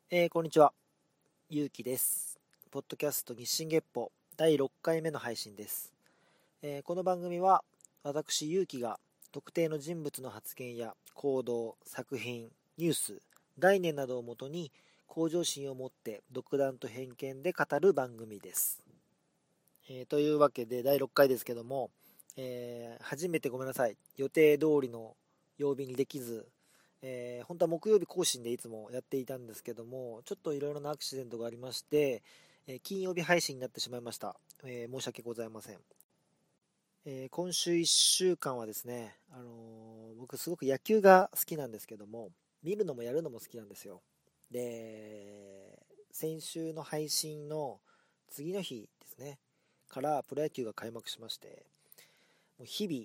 こんにちは。ゆうきです。ポッドキャスト日進月歩第6回目の配信です。この番組は私ゆうきが特定の人物の発言や行動、作品、ニュース、概念などをもとに向上心を持って独断と偏見で語る番組です。というわけで第6回ですけども、初めてごめんなさい。予定通りの曜日にできず、本当は木曜日更新でいつもやっていたんですけども、ちょっといろいろなアクシデントがありまして、金曜日配信になってしまいました。申し訳ございません。今週1週間はですね、僕すごく野球が好きなんですけども、見るのもやるのも好きなんですよ。で、先週の配信の次の日ですね、からプロ野球が開幕しまして、もう日々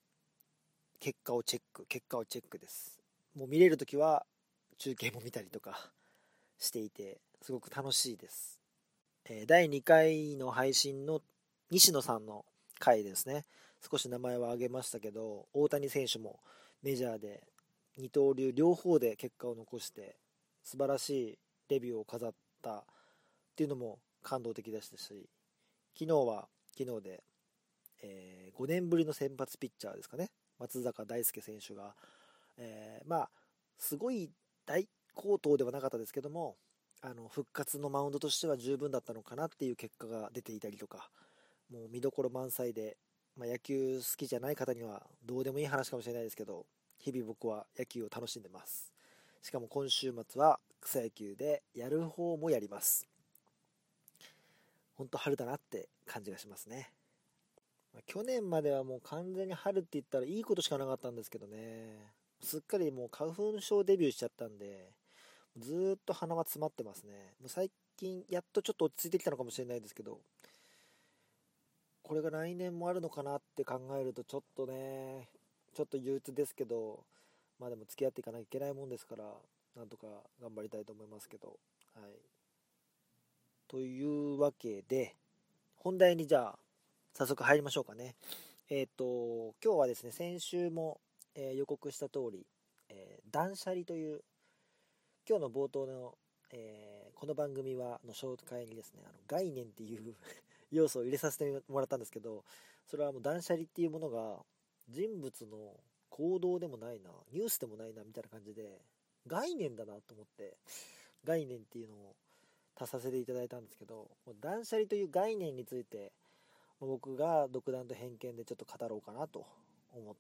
結果をチェックです。もう見れるときは中継も見たりとかしていて、すごく楽しいです。第2回の配信の西野さんの回ですね。少し名前は挙げましたけど、大谷選手もメジャーで二刀流両方で結果を残して素晴らしいデビューを飾ったっていうのも感動的でしたし、昨日は昨日で、5年ぶりの先発ピッチャーですかね、松坂大輔選手が、すごい大好投ではなかったですけども、復活のマウンドとしては十分だったのかなっていう結果が出ていたりとか、もう見どころ満載で、野球好きじゃない方にはどうでもいい話かもしれないですけど、日々僕は野球を楽しんでます。しかも今週末は草野球でやる方もやります。ほんと春だなって感じがしますね。去年まではもう完全に春って言ったらいいことしかなかったんですけどね。すっかりもう花粉症デビューしちゃったんで、ずーっと鼻は詰まってますね。もう最近やっとちょっと落ち着いてきたのかもしれないですけど、これが来年もあるのかなって考えるとちょっとね、ちょっと憂鬱ですけど、でも付き合っていかなきゃいけないもんですから、なんとか頑張りたいと思いますけど。はい。というわけで、本題にじゃあ、早速入りましょうかね。今日はですね、先週も、予告した通り、断捨離という今日の冒頭の、この番組はの紹介にですね、概念っていう要素を入れさせてもらったんですけど、それはもう断捨離っていうものが人物の行動でもないな、ニュースでもないなみたいな感じで、概念だなと思って、概念っていうのを足させていただいたんですけど、断捨離という概念について僕が独断と偏見でちょっと語ろうかなと思って、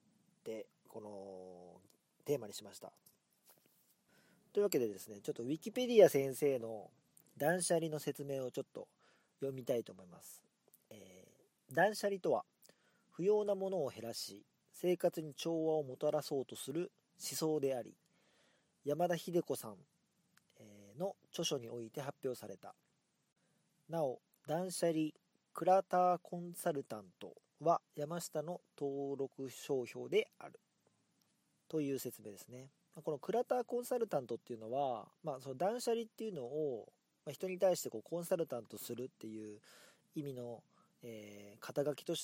このテーマにしました。というわけでですね、ちょっとウィキペディア先生の断捨離の説明をちょっと読みたいと思います。断捨離とは、不要なものを減らし、生活に調和をもたらそうとする思想であり、山田秀子さんの著書において発表された。なお、断捨離クラターコンサルタントは山下の登録商標である。という説明ですね。このクラターコンサルタントっていうのは、その断捨離っていうのを、人に対してこうコンサルタントするっていう意味の、肩書きとして、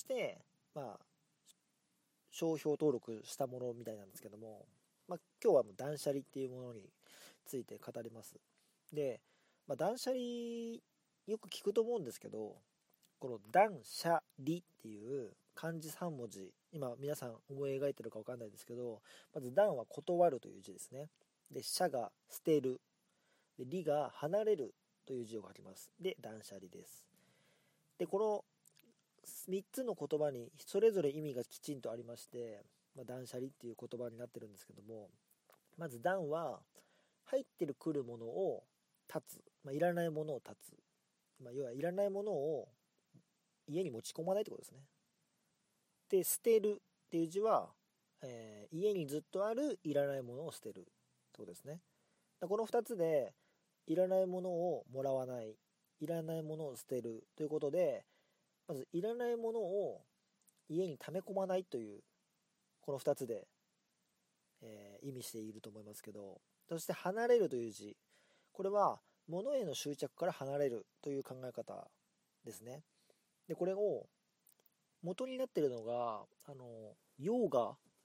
商標登録したものみたいなんですけども、今日はもう断捨離っていうものについて語ります。で、断捨離よく聞くと思うんですけど、この断捨離っていう漢字3文字、今皆さん思い描いてるか分かんないですけど、まず断は断るという字ですね。で、捨が捨てる。で、離が離れるという字を書きます。で、断捨離です。で、この3つの言葉にそれぞれ意味がきちんとありまして、断捨離っていう言葉になってるんですけども、まず断は入ってくるものを断つ、いらないものを断つ、要はいらないものを家に持ち込まないってことですね。で、捨てるっていう字は、家にずっとあるいらないものを捨てるってことですね。この2つでいらないものをもらわない、いらないものを捨てるということで、まずいらないものを家に溜め込まないというこの2つで、意味していると思いますけど、そして離れるという字、これは物への執着から離れるという考え方ですね。で、これを元になっているのがヨーガ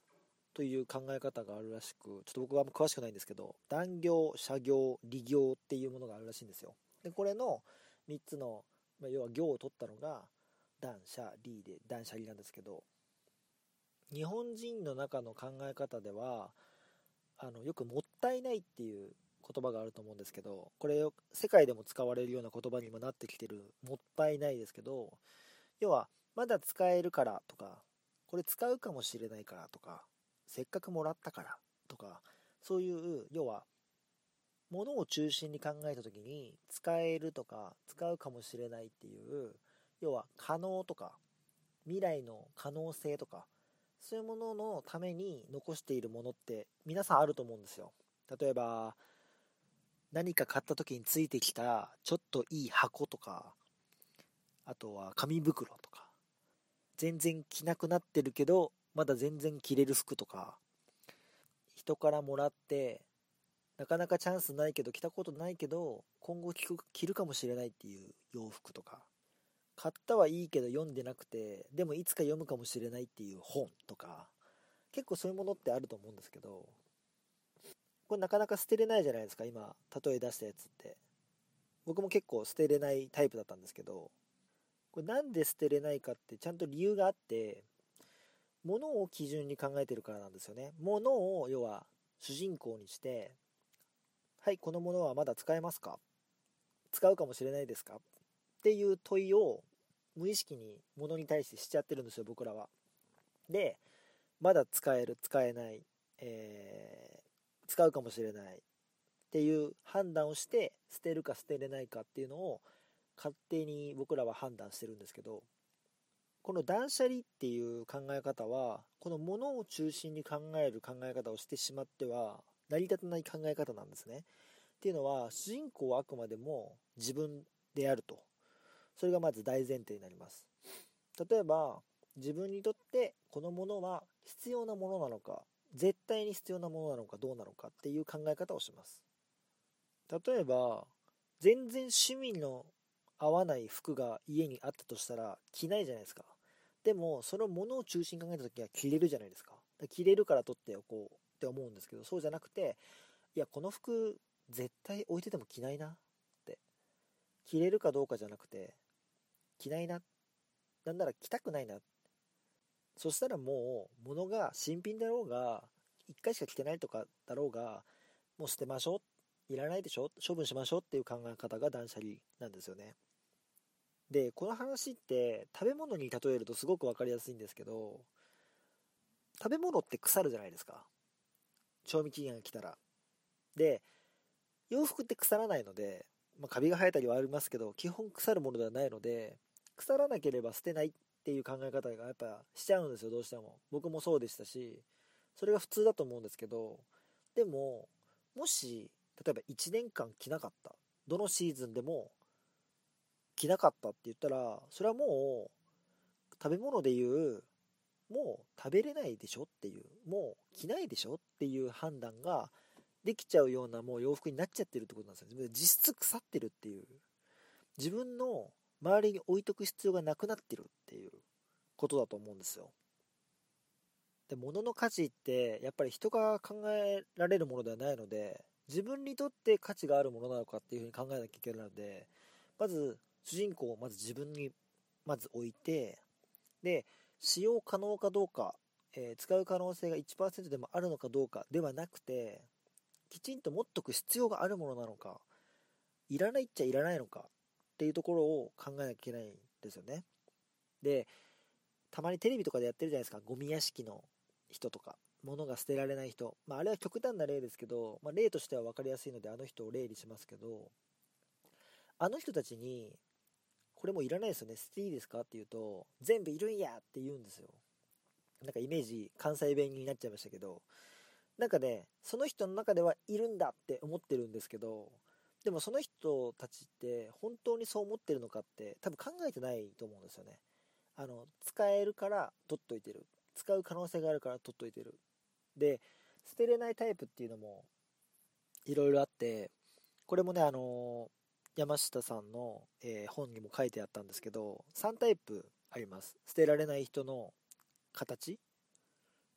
という考え方があるらしく、ちょっと僕はあんま詳しくないんですけど、断行、社行、利行っていうものがあるらしいんですよ。で、これの3つの、要は行を取ったのが断捨離で断捨離なんですけど、日本人の中の考え方ではよくもったいないっていう言葉があると思うんですけど、これ世界でも使われるような言葉にもなってきてるもったいないですけど、要はまだ使えるからとか、これ使うかもしれないからとか、せっかくもらったからとか、そういう要は物を中心に考えた時に使えるとか使うかもしれないっていう、要は可能とか未来の可能性とか、そういうもののために残しているものって皆さんあると思うんですよ。例えば何か買った時についてきたちょっといい箱とか、あとは紙袋とか、全然着なくなってるけどまだ全然着れる服とか、人からもらってなかなかチャンスないけど着たことないけど今後着るかもしれないっていう洋服とか、買ったはいいけど読んでなくてでもいつか読むかもしれないっていう本とか、結構そういうものってあると思うんですけど、これなかなか捨てれないじゃないですか。今例え出したやつって、僕も結構捨てれないタイプだったんですけど、これなんで捨てれないかってちゃんと理由があって、物を基準に考えてるからなんですよね。物を要は主人公にして、はい、このものはまだ使えますか、使うかもしれないですかっていう問いを無意識に物に対してしちゃってるんですよ、僕らは。で、まだ使える使えない、使うかもしれないっていう判断をして、捨てるか捨てれないかっていうのを勝手に僕らは判断してるんですけど、この断捨離っていう考え方はこのものを中心に考える考え方をしてしまっては成り立たない考え方なんですね。っていうのは、主人公はあくまでも自分であると。それがまず大前提になります。例えば自分にとってこのものは必要なものなのか、絶対に必要なものなのかどうなのかっていう考え方をします。例えば全然趣味の合わない服が家にあったとしたら着ないじゃないですか。でもそのものを中心に考えた時は着れるじゃないですか。着れるから取っておこうって思うんですけど、そうじゃなくて、いやこの服絶対置いてても着ないなって、着れるかどうかじゃなくて着ないな、なんなら着たくないな、そしたらもう物が新品だろうが1回しか着てないとかだろうが、もう捨てましょう、いらないでしょ、処分しましょうっていう考え方が断捨離なんですよね。でこの話って食べ物に例えるとすごく分かりやすいんですけど、食べ物って腐るじゃないですか、賞味期限が来たら。で洋服って腐らないので、カビが生えたりはありますけど基本腐るものではないので、腐らなければ捨てないっていう考え方がやっぱしちゃうんですよ、どうしても。僕もそうでしたし、それが普通だと思うんですけど、でももし例えば1年間着なかった、どのシーズンでも着なかったって言ったら、それはもう食べ物で言う、もう食べれないでしょっていう、もう着ないでしょっていう判断ができちゃうようなもう洋服になっちゃってるってことなんですよ。実質腐ってるっていう、自分の周りに置いとく必要がなくなってるっていうことだと思うんですよ。で、物の価値ってやっぱり人が考えられるものではないので、自分にとって価値があるものなのかっていうふうに考えなきゃいけないので、まず主人公をまず自分にまず置いて、で使用可能かどうか、使う可能性が1%でもあるのかどうかではなくて、きちんと持っとく必要があるものなのか、いらないっちゃいらないのかっていうところを考えなきゃいけないんですよね。でたまにテレビとかでやってるじゃないですか、ゴミ屋敷の人とか物が捨てられない人、あれは極端な例ですけど、例としては分かりやすいのであの人を例にしますけど、あの人たちにこれもういらないですよね、捨てていいですかって言うと、全部いるんやって言うんですよ。なんかイメージ関西弁になっちゃいましたけど、なんかね、その人の中ではいるんだって思ってるんですけど、でもその人たちって本当にそう思ってるのかって多分考えてないと思うんですよね。使えるから取っといてる、使う可能性があるから取っといてる。で捨てれないタイプっていうのもいろいろあって、これもね山下さんの、本にも書いてあったんですけど、3タイプあります。捨てられない人の形。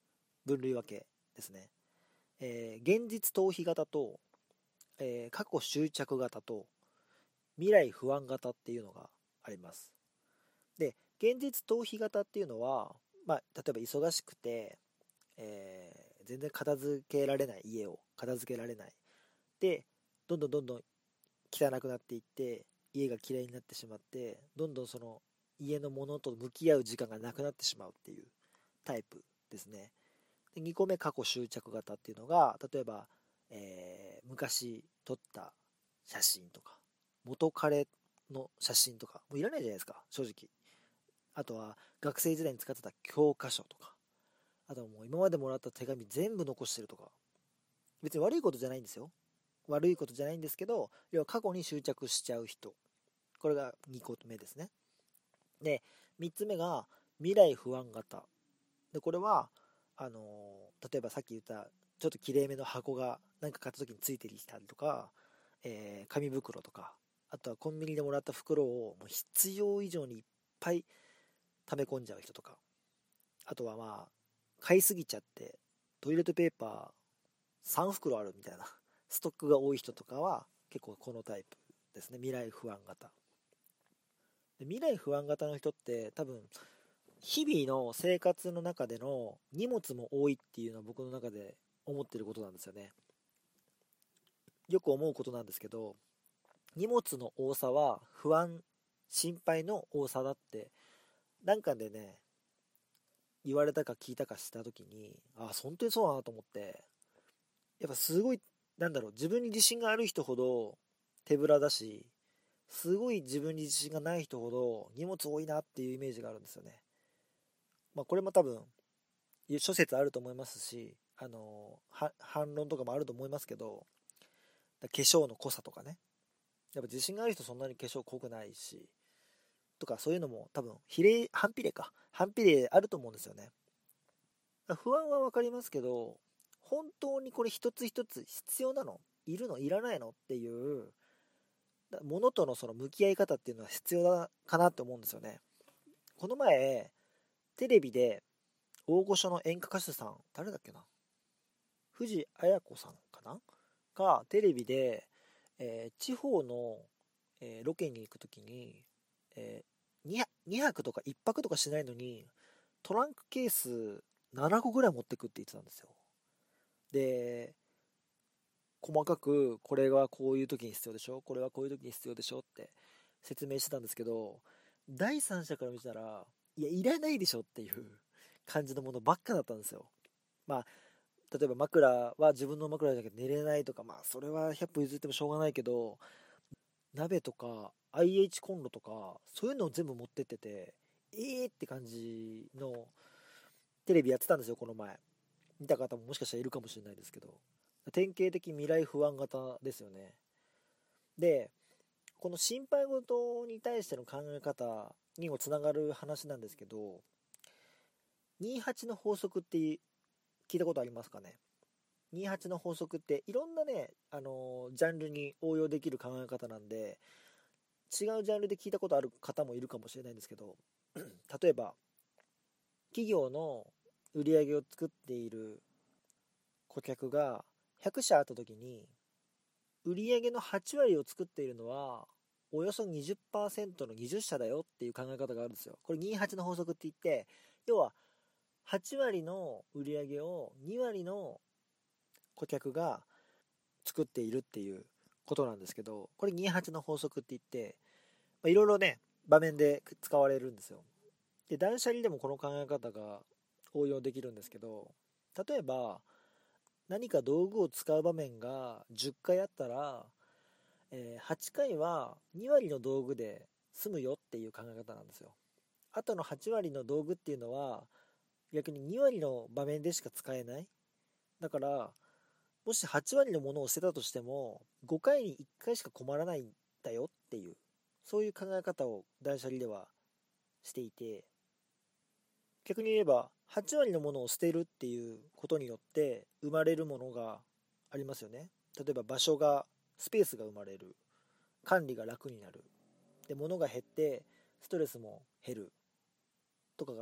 分類分けですね。現実逃避型と、過去執着型と未来不安型っていうのがあります。で、現実逃避型っていうのは、例えば忙しくて、全然片付けられない、家を片付けられない。で、どんどんどんどん汚くなっていって、家が嫌いになってしまって、どんどんその家のものと向き合う時間がなくなってしまうっていうタイプですね。で、2個目過去執着型っていうのが、例えば、昔撮った写真とか、元彼の写真とか、もういらないじゃないですか、正直。あとは、学生時代に使ってた教科書とか、あとはもう今までもらった手紙全部残してるとか、別に悪いことじゃないんですよ。悪いことじゃないんですけど、要は過去に執着しちゃう人。これが2個目ですね。で、3つ目が未来不安型。で、これは、例えばさっき言ったちょっときれいめの箱が何か買った時についてきたりとか、紙袋とか、あとはコンビニでもらった袋をもう必要以上にいっぱい溜め込んじゃう人とか、あとは買いすぎちゃってトイレットペーパー3袋あるみたいなストックが多い人とかは結構このタイプですね。未来不安型で、未来不安型の人って多分日々の生活の中での荷物も多いっていうのは僕の中で思ってることなんですよね。よく思うことなんですけど、荷物の多さは不安、心配の多さだってなんかでね、言われたか聞いたかした時に、本当にそうだなと思って、やっぱすごい、自分に自信がある人ほど手ぶらだし、すごい自分に自信がない人ほど荷物多いなっていうイメージがあるんですよね。これも多分諸説あると思いますし、反論とかもあると思いますけど、化粧の濃さとかね、やっぱ自信がある人そんなに化粧濃くないし、とかそういうのも多分反比例あると思うんですよね。不安はわかりますけど、本当にこれ一つ一つ必要なの？いるの？いらないの？っていうものとのその向き合い方っていうのは必要だかなって思うんですよね。この前テレビで大御所の演歌歌手さん、誰だっけな、藤あや子さんかながテレビで、地方の、ロケに行くときに、2泊とか1泊とかしないのにトランクケース7個ぐらい持ってくって言ってたんですよ。で、細かくこれはこういう時に必要でしょ、これはこういう時に必要でしょって説明してたんですけど、第三者から見たら、いや、いらないでしょっていう感じのものばっかだったんですよ。まあ、例えば枕は自分の枕だけど寝れないとか、それは100歩譲ってもしょうがないけど、鍋とか IH コンロとか、そういうのを全部持ってってて、って感じのテレビやってたんですよ、この前。見た方ももしかしたらいるかもしれないですけど。典型的未来不安型ですよね。で、この心配事に対しての考え方にもつながる話なんですけど、28の法則って聞いたことありますかね。28の法則っていろんなね、ジャンルに応用できる考え方なんで、違うジャンルで聞いたことある方もいるかもしれないんですけど、例えば、企業の売り上げを作っている顧客が100社あった時に、売り上げの8割を作っているのは、およそ20%の20社だよっていう考え方があるんですよ。これ28の法則って言って、要は8割の売り上げを2割の顧客が作っているっていうことなんですけど、これ28の法則って言って、いろいろね、場面で使われるんですよ。で、断捨離でもこの考え方が応用できるんですけど、例えば、何か道具を使う場面が10回あったら、8回は2割の道具で済むよっていう考え方なんですよ。あとの8割の道具っていうのは逆に2割の場面でしか使えない。だからもし8割のものを捨てたとしても5回に1回しか困らないんだよっていう、そういう考え方を断捨離ではしていて、逆に言えば8割のものを捨てるっていうことによって生まれるものがありますよね。例えばスペースが生まれる、管理が楽になる、で物が減ってストレスも減るとかが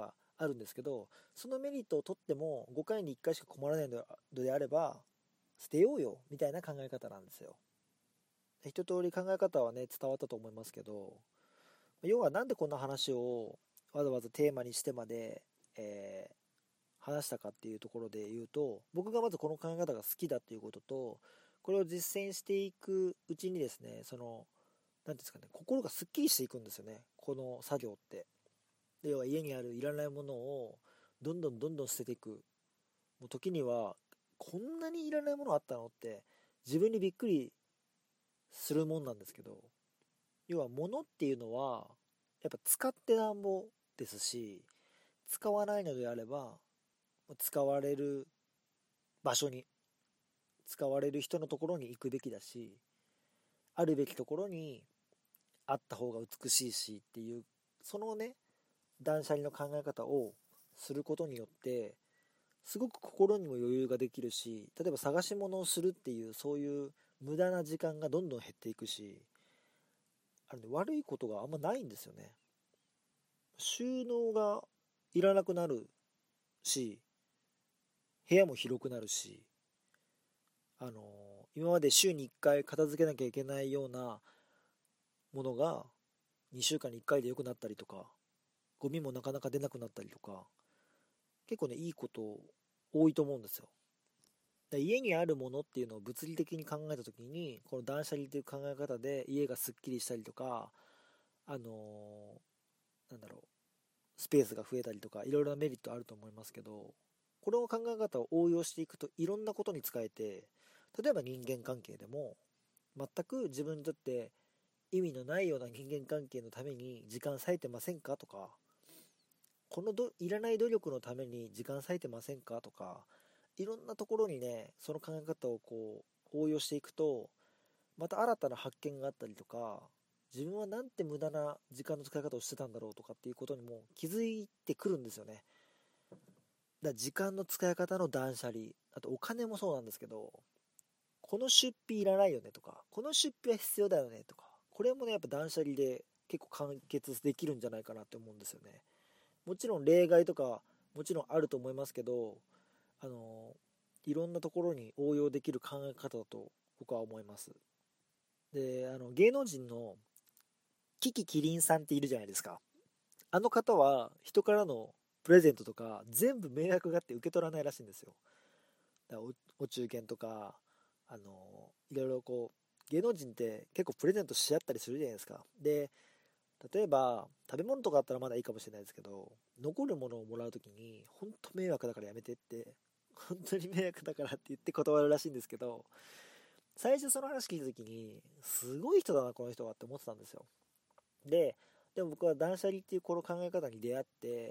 あるんですけど、そのメリットを取っても5回に1回しか困らないのであれば捨てようよみたいな考え方なんですよ。一通り考え方はね伝わったと思いますけど、要はなんでこんな話をわざわざテーマにしてまで、話したかっていうところで言うと、僕がまずこの考え方が好きだっていうことと、これを実践していくうちにですね、その何ていうんですかね、心がすっきりしていくんですよね、この作業って。で、要は家にあるいらないものをどんどんどんどん捨てていく。もう時にはこんなにいらないものあったのって自分にびっくりするもんなんですけど、要は物っていうのはやっぱ使ってなんぼですし、使わないのであれば使われる場所に、使われる人のところに行くべきだし、あるべきところにあった方が美しいしっていう、そのね断捨離の考え方をすることによってすごく心にも余裕ができるし、例えば探し物をするっていうそういう無駄な時間がどんどん減っていくし、悪いことがあんまないんですよね。収納がいらなくなるし、部屋も広くなるし、あの今まで週に1回片付けなきゃいけないようなものが2週間に1回で良くなったりとか、ゴミもなかなか出なくなったりとか、結構ねいいこと多いと思うんですよ。家にあるものっていうのを物理的に考えた時に、この断捨離という考え方で家がすっきりしたりとか、あのなんだろう、スペースが増えたりとかいろいろなメリットあると思いますけど、この考え方を応用していくといろんなことに使えて、例えば人間関係でも全く自分にとって意味のないような人間関係のために時間割いてませんかとか、このいらない努力のために時間割いてませんかとか、いろんなところにねその考え方をこう応用していくと、また新たな発見があったりとか、自分はなんて無駄な時間の使い方をしてたんだろうとかっていうことにも気づいてくるんですよね。だから時間の使い方の断捨離、あとお金もそうなんですけど、この出費いらないよねとか、この出費は必要だよねとか、これもねやっぱ断捨離で結構完結できるんじゃないかなって思うんですよね。もちろん例外とかもちろんあると思いますけど、あのいろんなところに応用できる考え方だと僕は思います。で、芸能人のキキキリンさんっているじゃないですか。あの方は人からのプレゼントとか全部迷惑があって受け取らないらしいんですよ。だからお中元とか、いろいろこう芸能人って結構プレゼントし合ったりするじゃないですか。で、例えば食べ物とかあったらまだいいかもしれないですけど、残るものをもらうときに本当迷惑だからやめてって、本当に迷惑だからって言って断るらしいんですけど、最初その話聞いたときにすごい人だなこの人はって思ってたんですよ。でも僕は断捨離っていうこの考え方に出会って、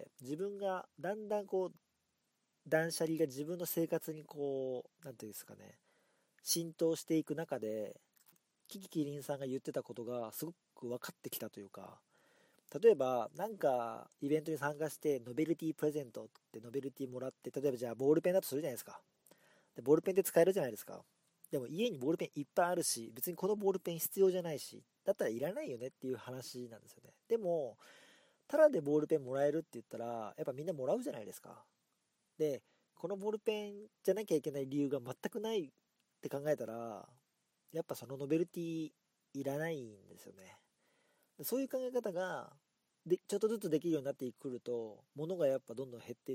自分がだんだんこう断捨離が自分の生活にこうなんていうんですかね、浸透していく中で、キキキリンさんが言ってたことがすごく分かってきたというか、例えばなんかイベントに参加してノベルティプレゼントってノベルティもらって、例えばじゃあボールペンだとするじゃないですか。でボールペンって使えるじゃないですか。でも家にボールペンいっぱいあるし、別にこのボールペン必要じゃないし、だったらいらないよねっていう話なんですよね。でもタダでボールペンもらえるって言ったらやっぱみんなもらうじゃないですか。でこのボールペンじゃなきゃいけない理由が全くないって考えたら、やっぱそのノベルティいらないんですよね。そういう考え方がちょっとずつできるようになってくると、物がやっぱどんどん減っていって、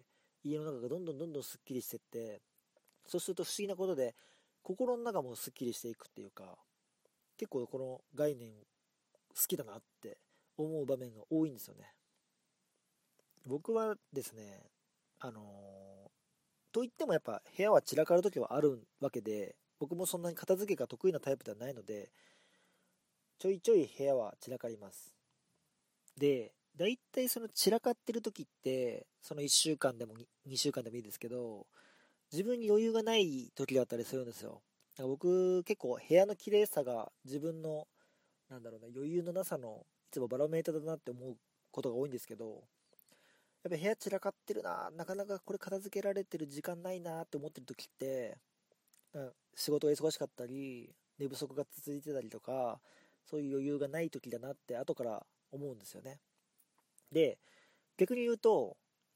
家の中がどんどんどんどんすっきりしていって、そうすると不思議なことで心の中もすっきりしていくっていうか、結構この概念好きだなって思う場面が多いんですよね。僕はですね、あのと言ってもやっぱ部屋は散らかる時はあるわけで、僕もそんなに片付けが得意なタイプではないので、ちょいちょい部屋は散らかります。で、だいたいその散らかってる時って、その1週間でも2週間でもいいですけど、自分に余裕がない時だったりするんですよ。だから僕結構部屋の綺麗さが自分のなんだろうな、余裕のなさのいつもバロメーターだなって思うことが多いんですけど、やっぱ部屋散らかってるな、なかなかこれ片付けられてる時間ないなって思ってる時って、仕事が忙しかったり寝不足が続いてたりとか、そういう余裕がない時だなって後から思うんですよね。で、逆に言うと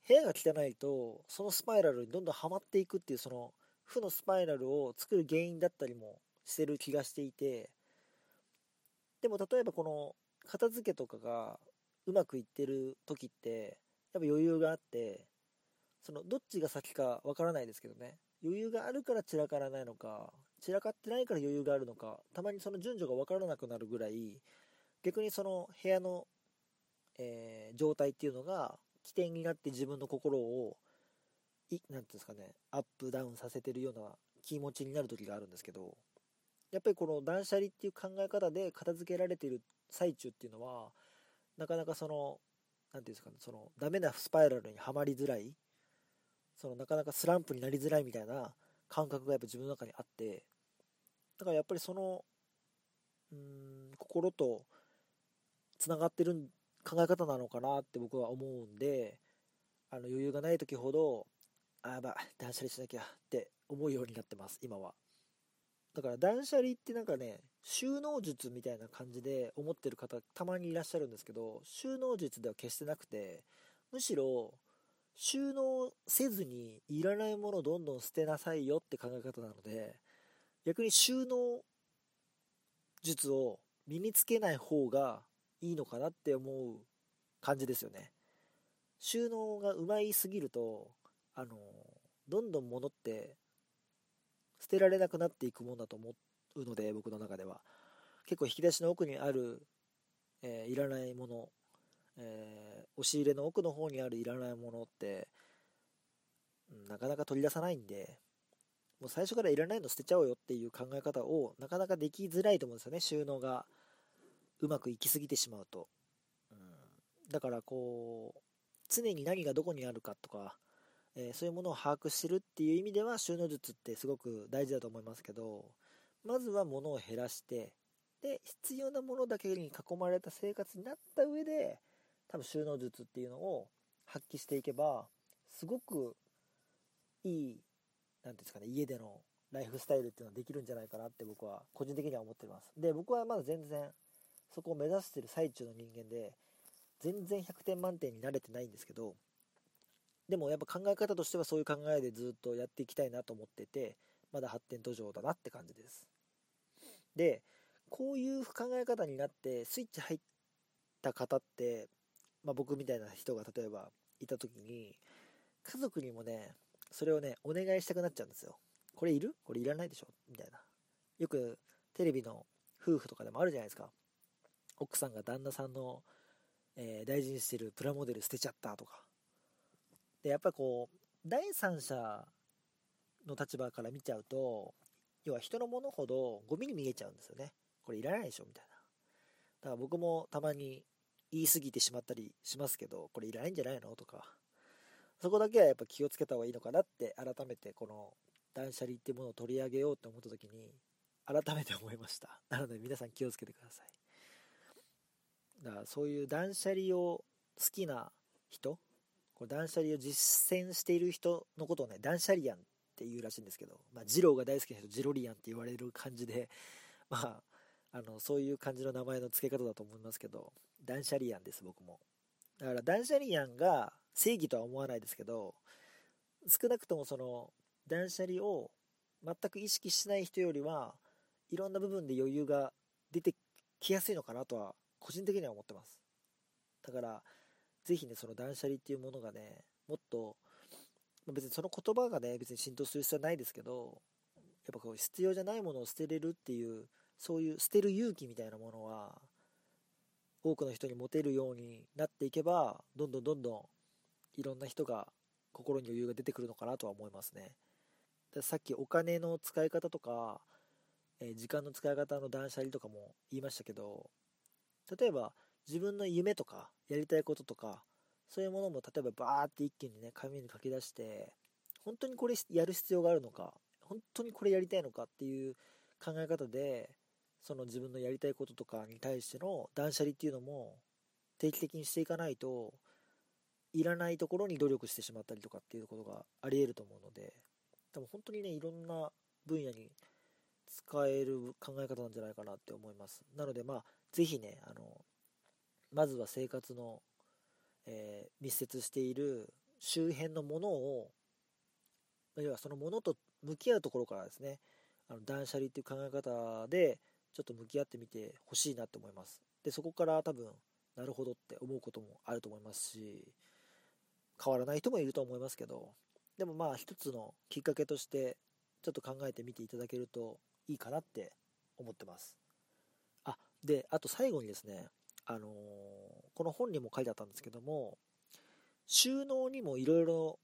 部屋が汚いとそのスパイラルにどんどんはまっていくっていう、その負のスパイラルを作る原因だったりもしてる気がしていて、でも例えばこの片付けとかがうまくいってる時ってやっぱ余裕があって、そのどっちが先かわからないですけどね、余裕があるから散らからないのか、散らかってないから余裕があるのか、たまにその順序がわからなくなるぐらい、逆にその部屋の、状態っていうのが起点になって自分の心をなんていうんですかね、アップダウンさせてるような気持ちになる時があるんですけど、やっぱりこの断捨離っていう考え方で片付けられている最中っていうのは、なかなかその、なんていうんですかね、そのダメなスパイラルにはまりづらい、そのなかなかスランプになりづらいみたいな感覚がやっぱ自分の中にあって、だからやっぱりその心とつながってる考え方なのかなって僕は思うんで、余裕がない時ほど、あ、やばい、断捨離しなきゃって思うようになってます今は。だから断捨離ってなんかね、収納術みたいな感じで思ってる方たまにいらっしゃるんですけど、収納術では決してなくて、むしろ収納せずにいらないものをどんどん捨てなさいよって考え方なので、逆に収納術を身につけない方がいいのかなって思う感じですよね。収納がうまいすぎると、あのどんどん物って捨てられなくなっていくもんだと思うので、僕の中では結構引き出しの奥にある、いらないもの、押し入れの奥の方にあるいらないものって、なかなか取り出さないんで、もう最初からいらないの捨てちゃおうよっていう考え方をなかなかできづらいと思うんですよね、収納がうまくいきすぎてしまうと。だからこう常に何がどこにあるかとか、そういうものを把握してるっていう意味では収納術ってすごく大事だと思いますけど、まずは物を減らして、で必要なものだけに囲まれた生活になった上で、多分収納術っていうのを発揮していけば、すごくいい、なんていうんですかね、家でのライフスタイルっていうのはできるんじゃないかなって僕は個人的には思ってます。で、僕はまだ全然そこを目指してる最中の人間で、全然100点満点に慣れてないんですけど、でもやっぱ考え方としてはそういう考えでずっとやっていきたいなと思ってて、まだ発展途上だなって感じです。で、こういう考え方になってスイッチ入った方って、僕みたいな人が例えばいた時に、家族にもね、それをね、お願いしたくなっちゃうんですよ。これいる？これいらないでしょみたいな。よくテレビの夫婦とかでもあるじゃないですか。奥さんが旦那さんの、大事にしてるプラモデル捨てちゃったとか。で、やっぱりこう、第三者の立場から見ちゃうと、要は人のものほどゴミに見えちゃうんですよね。これいらないでしょみたいな。だから僕もたまに言い過ぎてしまったりしますけど、これいらないんじゃないのとか、そこだけはやっぱ気をつけた方がいいのかなって改めてこの断捨離っていうものを取り上げようと思った時に改めて思いました。なので皆さん気をつけてください。だからそういう断捨離を好きな人、これ断捨離を実践している人のことをね、断捨離アンっていうらしいんですけど、ジローが大好きな人ジロリアンって言われる感じで、そういう感じの名前の付け方だと思いますけど、断捨離アンです僕も。だから断捨離アンが正義とは思わないですけど、少なくともその断捨離を全く意識しない人よりはいろんな部分で余裕が出てきやすいのかなとは個人的には思ってます。だからぜひね、その断捨離っていうものがね、もっと、別にその言葉がね別に浸透する必要はないですけど、やっぱこう必要じゃないものを捨てれるっていう、そういう捨てる勇気みたいなものは多くの人に持てるようになっていけば、どんどんどんどんいろんな人が心に余裕が出てくるのかなとは思いますね。でさっきお金の使い方とか、時間の使い方の断捨離とかも言いましたけど、例えば自分の夢とかやりたいこととか、そういうものも例えばバーって一気にね紙に書き出して、本当にこれやる必要があるのか、本当にこれやりたいのかっていう考え方で、その自分のやりたいこととかに対しての断捨離っていうのも定期的にしていかないと、いらないところに努力してしまったりとかっていうことがあり得ると思うので、多分本当にね、いろんな分野に使える考え方なんじゃないかなって思います。なのでぜひね、まずは生活の、密接している周辺のものを、要はそのものと向き合うところからですね、断捨離っていう考え方でちょっと向き合ってみてほしいなって思います。でそこから多分なるほどって思うこともあると思いますし、変わらない人もいると思いますけど、でもまあ一つのきっかけとしてちょっと考えてみていただけるといいかなって思ってます。あと最後にですね、この本にも書いてあったんですけども、収納にもいろいろ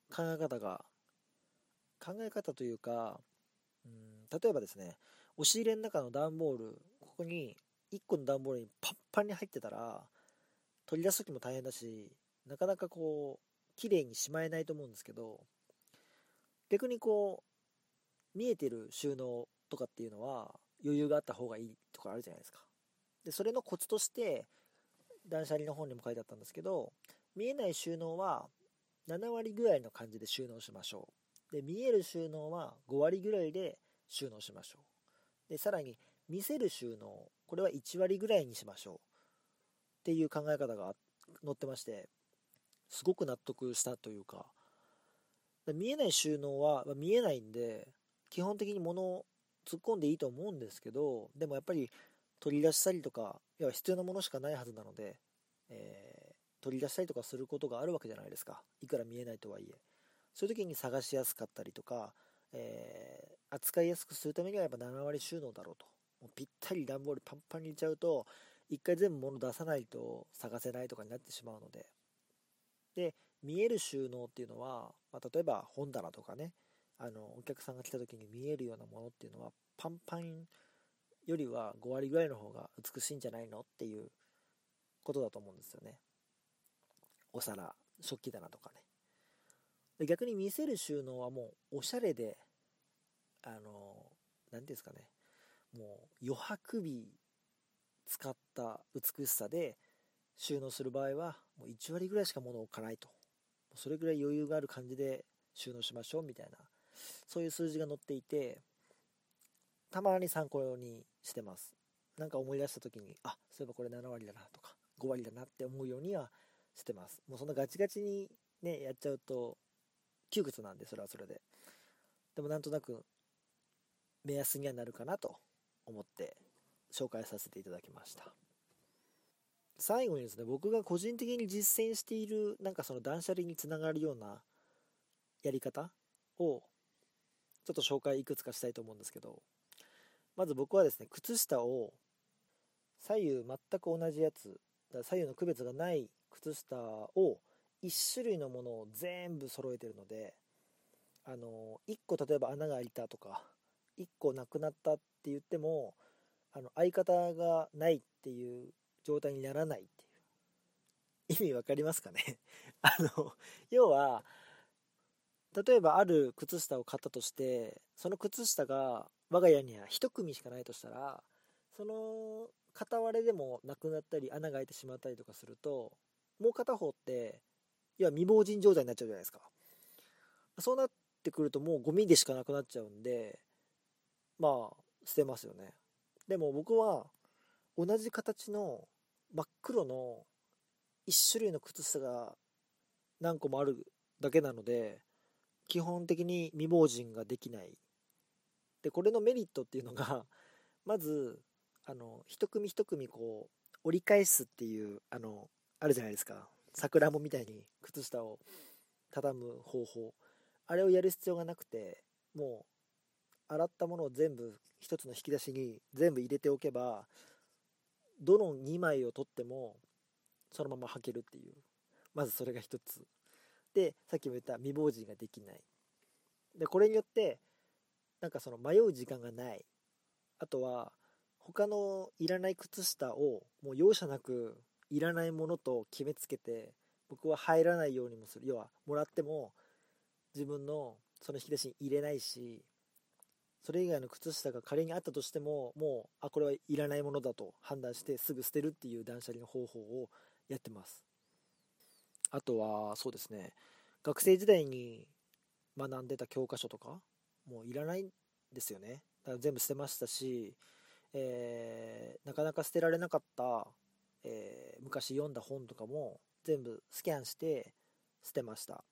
考え方というか、例えばですね、押し入れの中の段ボール、ここに1個の段ボールにパンパンに入ってたら、取り出す時も大変だし、なかなかこう、綺麗にしまえないと思うんですけど、逆にこう、見えてる収納とかっていうのは、余裕があった方がいいとかあるじゃないですか。で、それのコツとして、断捨離の本にも書いてあったんですけど、見えない収納は7割ぐらいの感じで収納しましょう。で、見える収納は5割ぐらいで収納しましょう。で、さらに見せる収納、これは1割ぐらいにしましょうっていう考え方が載ってまして、すごく納得したというか、見えない収納は見えないんで、基本的に物を突っ込んでいいと思うんですけど、でもやっぱり取り出したりとか、要は必要なものしかないはずなので、取り出したりとかすることがあるわけじゃないですか。いくら見えないとはいえ。そういう時に探しやすかったりとか、扱いやすくするためにはやっぱ7割収納だろうと。もうぴったり段ボールパンパンに入れちゃうと、一回全部物出さないと探せないとかになってしまうので。で、見える収納っていうのは、例えば本棚とかね、お客さんが来た時に見えるようなものっていうのは、パンパンよりは5割ぐらいの方が美しいんじゃないのっていうことだと思うんですよね。お皿、食器棚とかね。で逆に見せる収納はもうおしゃれで、なんていうんですかね、もう余白日使った美しさで収納する場合はもう1割ぐらいしか物を置かないと、それぐらい余裕がある感じで収納しましょうみたいな、そういう数字が載っていて、たまに参考にしてます。なんか思い出した時に、そういえばこれ7割だなとか5割だなって思うようにはしてます。もうそんなガチガチにねやっちゃうと窮屈なんで、それはそれで。でもなんとなく目安にはなるかなと思って紹介させていただきました。最後にですね、僕が個人的に実践しているなんかその断捨離につながるようなやり方をちょっと紹介いくつかしたいと思うんですけど、まず僕はですね、靴下を左右全く同じやつ、左右の区別がない靴下を1種類のものを全部揃えてるので、1個例えば穴が開いたとか1個なくなったって言っても、相方がないっていう状態にならないっていう意味わかりますかね。要は例えばある靴下を買ったとして、その靴下が我が家には1組しかないとしたら、その片割れでもなくなったり穴が開いてしまったりとかすると、もう片方っていや未亡人状態になっちゃうじゃないですか。そうなってくるともうゴミでしかなくなっちゃうんで、捨てますよね。でも僕は同じ形の真っ黒の一種類の靴下が何個もあるだけなので、基本的に未亡人ができない。でこれのメリットっていうのがまず一組一組こう折り返すっていうあるじゃないですか、桜もみたいに靴下を畳む方法、あれをやる必要がなくて、もう洗ったものを全部一つの引き出しに全部入れておけば、どの2枚を取ってもそのまま履けるっていう、まずそれが一つで、さっきも言った未亡人ができない。でこれによってなんかその迷う時間がない。あとは他のいらない靴下をもう容赦なくいらないものと決めつけて、僕は入らないようにもする。要はもらっても自分のその引き出しに入れないし、それ以外の靴下が仮にあったとしても、もうこれはいらないものだと判断してすぐ捨てるっていう断捨離の方法をやってます。あとはそうですね、学生時代に学んでた教科書とかもういらないんですよね。だから全部捨てましたし、なかなか捨てられなかった、昔読んだ本とかも全部スキャンして捨てました。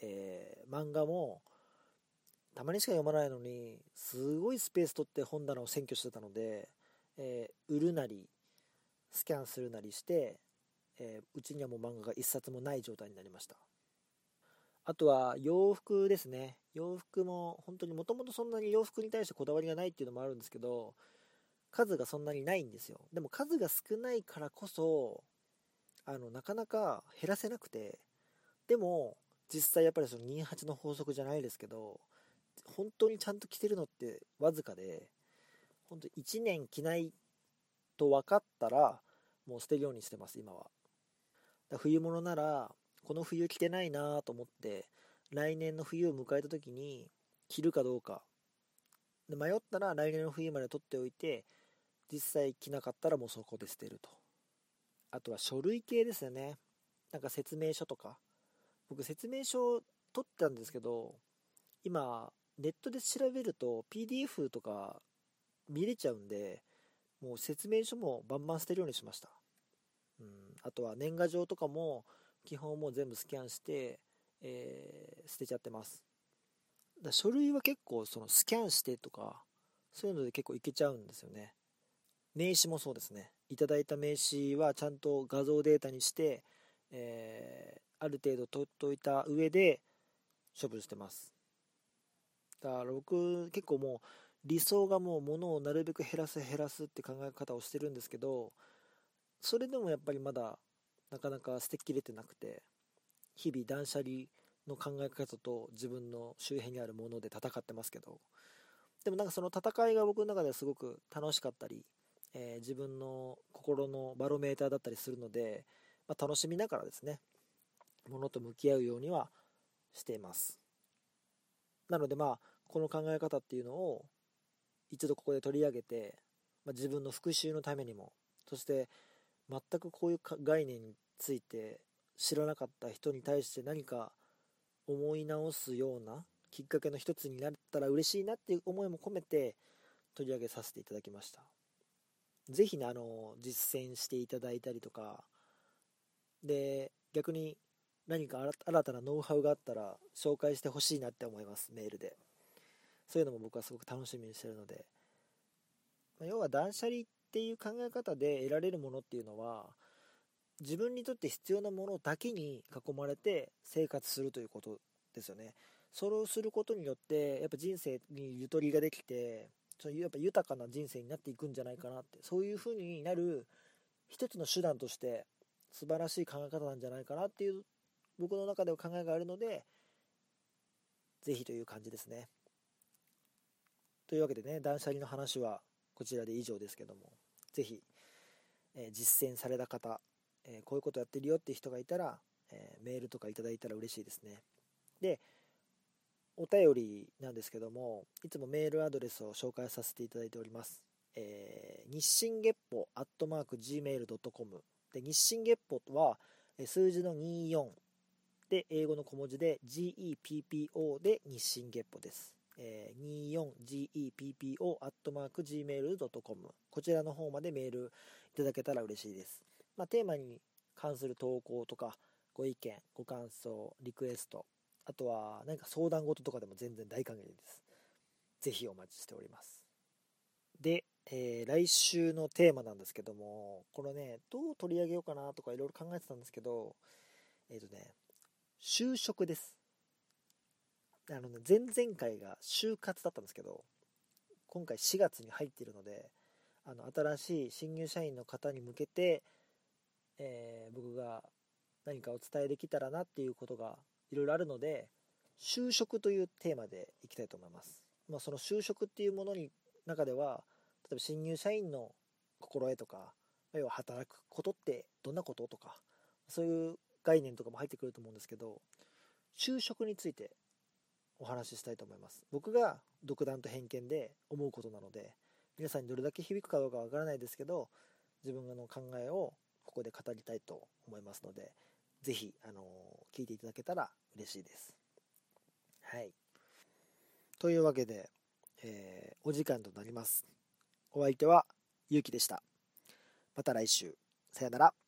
漫画もたまにしか読まないのにすごいスペース取って本棚を占拠してたので、売るなりスキャンするなりして、うちにはもう漫画が一冊もない状態になりました。あとは洋服ですね。洋服も本当にもともとそんなに洋服に対してこだわりがないっていうのもあるんですけど、数がそんなにないんですよ。でも数が少ないからこそなかなか減らせなくて、でも実際やっぱりその28の法則じゃないですけど、本当にちゃんと着てるのってわずかで、本当1年着ないと分かったらもう捨てるようにしてます今は。冬物ならこの冬着てないなと思って来年の冬を迎えた時に着るかどうかで迷ったら来年の冬まで取っておいて、実際着なかったらもうそこで捨てると。あとは書類系ですよね。なんか説明書とか、僕説明書取ったんですけど、今ネットで調べると PDF とか見れちゃうんで、もう説明書もバンバン捨てるようにしました。あとは年賀状とかも基本もう全部スキャンして、捨てちゃってます。書類は結構そのスキャンしてとかそういうので結構いけちゃうんですよね。名刺もそうですね。いただいた名刺はちゃんと画像データにして、ある程度取っといた上で処分してます。だから僕結構もう理想がもう物をなるべく減らすって考え方をしてるんですけど、それでもやっぱりまだなかなか捨てきれてなくて、日々断捨離の考え方と自分の周辺にあるもので戦ってますけど、でもなんかその戦いが僕の中ではすごく楽しかったり、自分の心のバロメーターだったりするので、楽しみながらですね、ものと向き合うようにはしています。なのでこの考え方っていうのを一度ここで取り上げて、自分の復習のためにも、そして全くこういう概念について知らなかった人に対して何か思い直すようなきっかけの一つになったら嬉しいなっていう思いも込めて取り上げさせていただきました。ぜひね、実践していただいたりとか、で、逆に何か新たなノウハウがあったら紹介してほしいなって思います、メールで。そういうのも僕はすごく楽しみにしてるので、要は断捨離っていう考え方で得られるものっていうのは、自分にとって必要なものだけに囲まれて生活するということですよね。それをすることによってやっぱ人生にゆとりができて、やっぱ豊かな人生になっていくんじゃないかなって、そういう風になる一つの手段として素晴らしい考え方なんじゃないかなっていう僕の中では考えがあるので、ぜひという感じですね。というわけでね、断捨離の話はこちらで以上ですけども、ぜひ、実践された方、こういうことやってるよっていう人がいたら、メールとかいただいたら嬉しいですね。で、お便りなんですけども、いつもメールアドレスを紹介させていただいております。日進月歩@gmail.com で、日進月歩は数字の24で英語の小文字で GEPPO で日進月歩です。24GEPPO@gmail.com こちらの方までメールいただけたら嬉しいです。テーマに関する投稿とかご意見、ご感想、リクエスト、あとは何か相談事とかでも全然大歓迎です。ぜひお待ちしております。で、来週のテーマなんですけども、これね、どう取り上げようかなとかいろいろ考えてたんですけど、就職です。前々回が就活だったんですけど、今回4月に入っているので、新しい新入社員の方に向けて、僕が何かお伝えできたらなっていうことがいろいろあるので、就職というテーマでいきたいと思います。その就職っていうものに中では、例えば新入社員の心得とか、要は働くことってどんなこととか、そういう概念とかも入ってくると思うんですけど、就職についてお話ししたいと思います。僕が独断と偏見で思うことなので、皆さんにどれだけ響くかどうかわからないですけど、自分の考えをここで語りたいと思いますので、ぜひ、聞いていただけたら嬉しいです。はい。というわけで、お時間となります。お相手はゆうきでした。また来週。さよなら。